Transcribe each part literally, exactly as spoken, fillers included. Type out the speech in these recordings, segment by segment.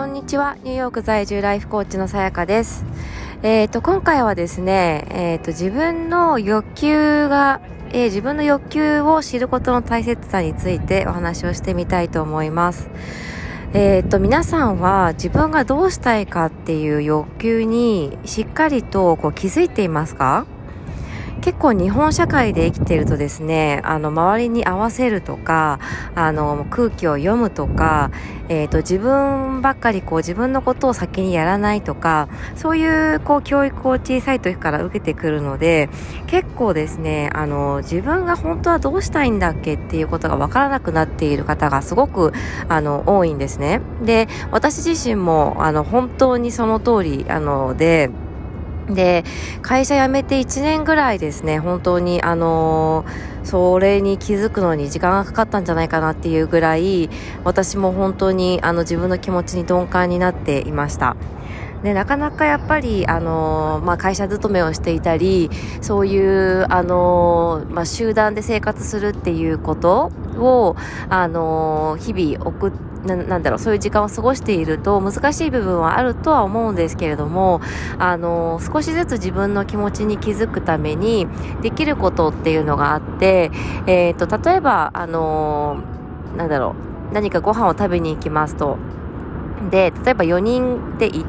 んにちは。ニューヨーク在住ライフコーチのさやかです。えっと、今回はですね、えっと、自分の欲求が、えー、自分の欲求を知ることの大切さについてお話をしてみたいと思います。えっと、皆さんは自分がどうしたいかっていう欲求にしっかりとこう気づいていますか？結構日本社会で生きているとですね、あの周りに合わせるとか、あの空気を読むとか、えっと自分ばっかりこう自分のことを先にやらないとか、そういうこう教育を小さい時から受けてくるので、結構ですね、あの自分が本当はどうしたいんだっけっていうことがわからなくなっている方がすごくあの多いんですね。で、私自身もあの本当にその通りあので。で、会社辞めていちねんぐらいですね、本当にあのー、それに気づくのに時間がかかったんじゃないかなっていうぐらい、私も本当にあの自分の気持ちに鈍感になっていました。で、なかなかやっぱり、あのー、まあ、会社勤めをしていたり、そういう、あのー、まあ、集団で生活するっていうことを、あのー、日々送って、な, なんだろうそういう時間を過ごしていると難しい部分はあるとは思うんですけれども、あの少しずつ自分の気持ちに気づくためにできることっていうのがあって、えーと、例えばあのなんだろう何かご飯を食べに行きますと、で、例えばよにんで行って、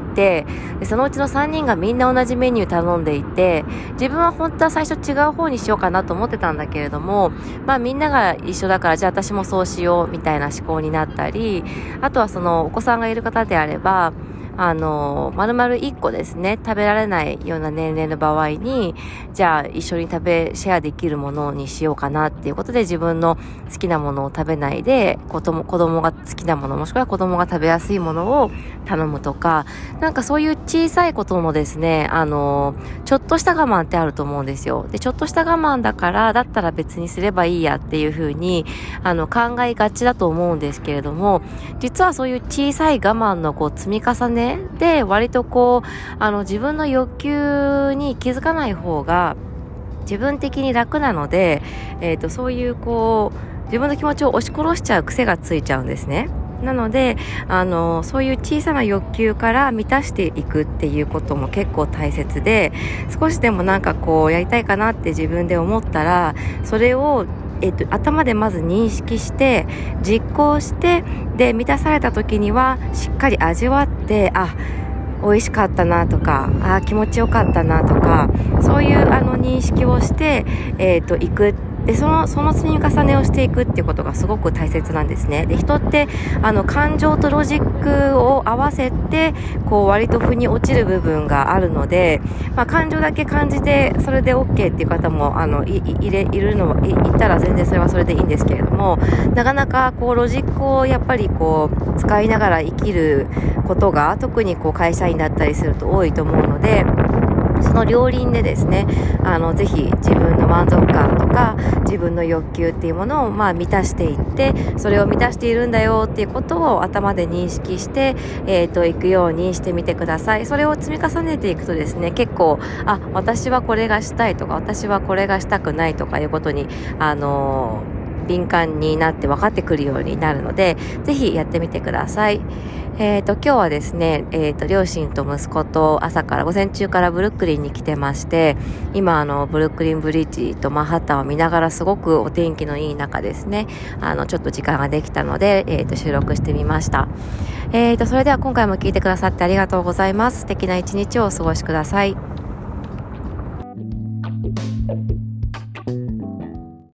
でそのうちのさんにんがみんな同じメニュー頼んでいて、自分は本当は最初違う方にしようかなと思ってたんだけれども、まあみんなが一緒だからじゃあ私もそうしようみたいな思考になったり、あとはそのお子さんがいる方であれば、あの、丸々いっこですね、食べられないような年齢の場合に、じゃあ一緒に食べ、シェアできるものにしようかなっていうことで自分の好きなものを食べないで、子供、子供が好きなもの、もしくは子供が食べやすいものを頼むとか、なんかそういう小さいことのですね、あの、ちょっとした我慢ってあると思うんですよ。で、ちょっとした我慢だから、だったら別にすればいいやっていうふうに、あの、考えがちだと思うんですけれども、実はそういう小さい我慢のこう積み重ねで割とこうあの自分の欲求に気づかない方が自分的に楽なので、えーと、そういうこう自分の気持ちを押し殺しちゃう癖がついちゃうんですね。なのであのそういう小さな欲求から満たしていくっていうことも結構大切で、少しでもなんかこうやりたいかなって自分で思ったら、それをえっと、頭でまず認識して実行して、で満たされた時にはしっかり味わって、あ、美味しかったなとか、あ、気持ちよかったなとか、そういうあの認識をして、えっと、行く。で、その、その積み重ねをしていくっていうことがすごく大切なんですね。で、人って、あの、感情とロジックを合わせて、こう、割と腑に落ちる部分があるので、まあ、感情だけ感じて、それで OK っていう方も、あの、い、い、いれ、いるの、い、いたら全然それはそれでいいんですけれども、なかなか、こう、ロジックをやっぱりこう、使いながら生きることが、特にこう、会社員だったりすると多いと思うので、その両輪でですね、あの、ぜひ自分の満足感とか、自分の欲求っていうものを、まあ、満たしていって、それを満たしているんだよっていうことを頭で認識して、えっと、いくようにしてみてください。それを積み重ねていくとですね、結構、あ、私はこれがしたいとか、私はこれがしたくないとかいうことに、あのー、敏感になって分かってくるようになるので、ぜひやってみてください。えっと、今日はですね、えっと、両親と息子と朝から、午前中からブルックリンに来てまして、今、あの、ブルックリンブリッジとマンハッタンを見ながらすごくお天気のいい中ですね、あの、ちょっと時間ができたので、えっと、収録してみました。えっと、それでは今回も聞いてくださってありがとうございます。素敵な一日をお過ごしください。